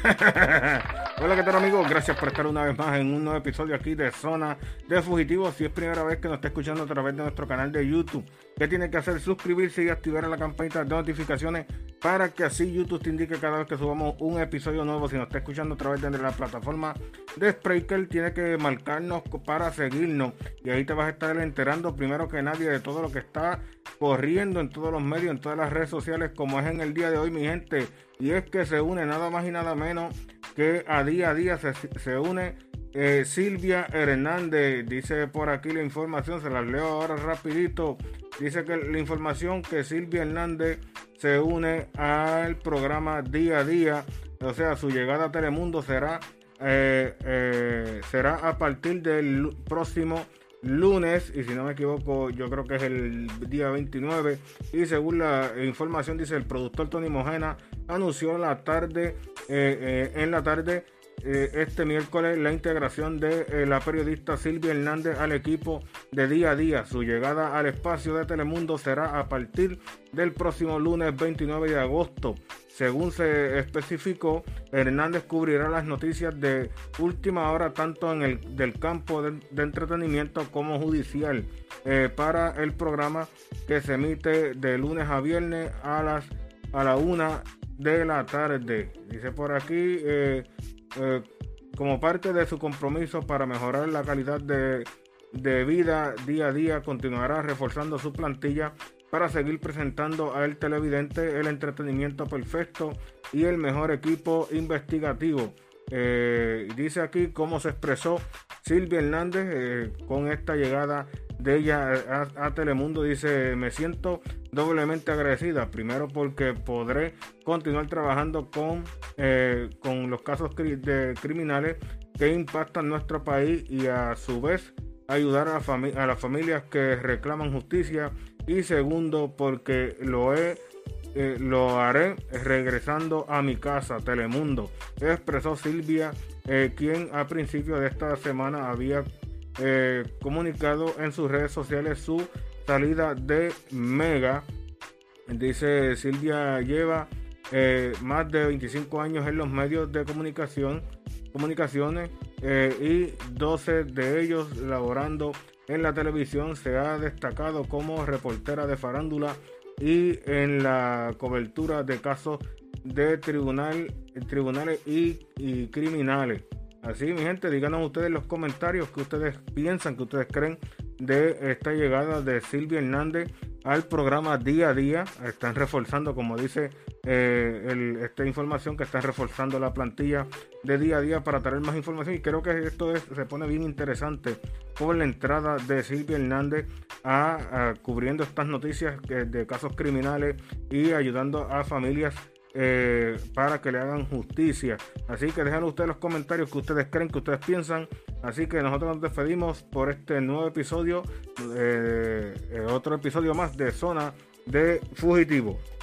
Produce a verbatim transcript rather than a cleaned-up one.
Hola, ¿qué tal, amigos? Gracias por estar una vez más en un nuevo episodio aquí de Zona de Fugitivos. Si es primera vez que nos está escuchando a través de nuestro canal de YouTube, ¿qué tiene que hacer? Suscribirse y activar la campanita de notificaciones para que así YouTube te indique cada vez que subamos un episodio nuevo. Si nos está escuchando a través de la plataforma de Spreaker, tiene que marcarnos para seguirnos y ahí te vas a estar enterando primero que nadie de todo lo que está corriendo en todos los medios, en todas las redes sociales, como es en el día de hoy, mi gente. Y es que se une nada más y nada menos que a día a día se, se une eh, Silvia Hernández. Dice por aquí la información, se las leo ahora rapidito. Dice que la información que Silvia Hernández se une al programa Día a Día, o sea, su llegada a Telemundo será eh, eh, será a partir del próximo lunes, y si no me equivoco yo creo que es el día veintinueve, y según la información dice el productor Tony Mojena anunció la tarde eh, eh, en la tarde eh, este miércoles la integración de eh, la periodista Silvia Hernández al equipo de Día a Día. Su llegada al espacio de Telemundo será a partir del próximo lunes veintinueve de agosto. Según se especificó, Hernández cubrirá las noticias de última hora tanto en el del campo de, de entretenimiento como judicial eh, para el programa que se emite de lunes a viernes a las a la una de la tarde. Dice por aquí eh, eh, como parte de su compromiso para mejorar la calidad de, de vida día a día, continuará reforzando su plantilla para seguir presentando al televidente el entretenimiento perfecto y el mejor equipo investigativo. Eh, dice aquí cómo se expresó Silvia Hernández eh, con esta llegada de ella a, a Telemundo. Dice: me siento doblemente agradecida, primero porque podré continuar trabajando con, eh, con los casos cri- de criminales que impactan nuestro país y a su vez ayudar a, la fami- a las familias que reclaman justicia, y segundo porque lo he Eh, lo haré regresando a mi casa, Telemundo, expresó Silvia, eh, quien a principios de esta semana había eh, comunicado en sus redes sociales su salida de Mega. Dice: Silvia lleva eh, más de veinticinco años en los medios de comunicación, comunicaciones eh, y doce de ellos laborando en la televisión. Se ha destacado como reportera de farándula y en la cobertura de casos de tribunal, tribunales y, y criminales. Así, mi gente, díganos ustedes en los comentarios qué ustedes piensan, qué ustedes creen de esta llegada de Silvia Hernández al programa Día a Día. Están reforzando, como dice eh, el, esta información, que están reforzando la plantilla de Día a Día para traer más información, y creo que esto es, se pone bien interesante por la entrada de Silvia Hernández a, a cubriendo estas noticias de, de casos criminales y ayudando a familias Eh, para que le hagan justicia. Así que déjenlo ustedes en los comentarios que ustedes creen, que ustedes piensan. Así que nosotros nos despedimos por este nuevo episodio, eh, eh, otro episodio más de Zona de Fugitivos.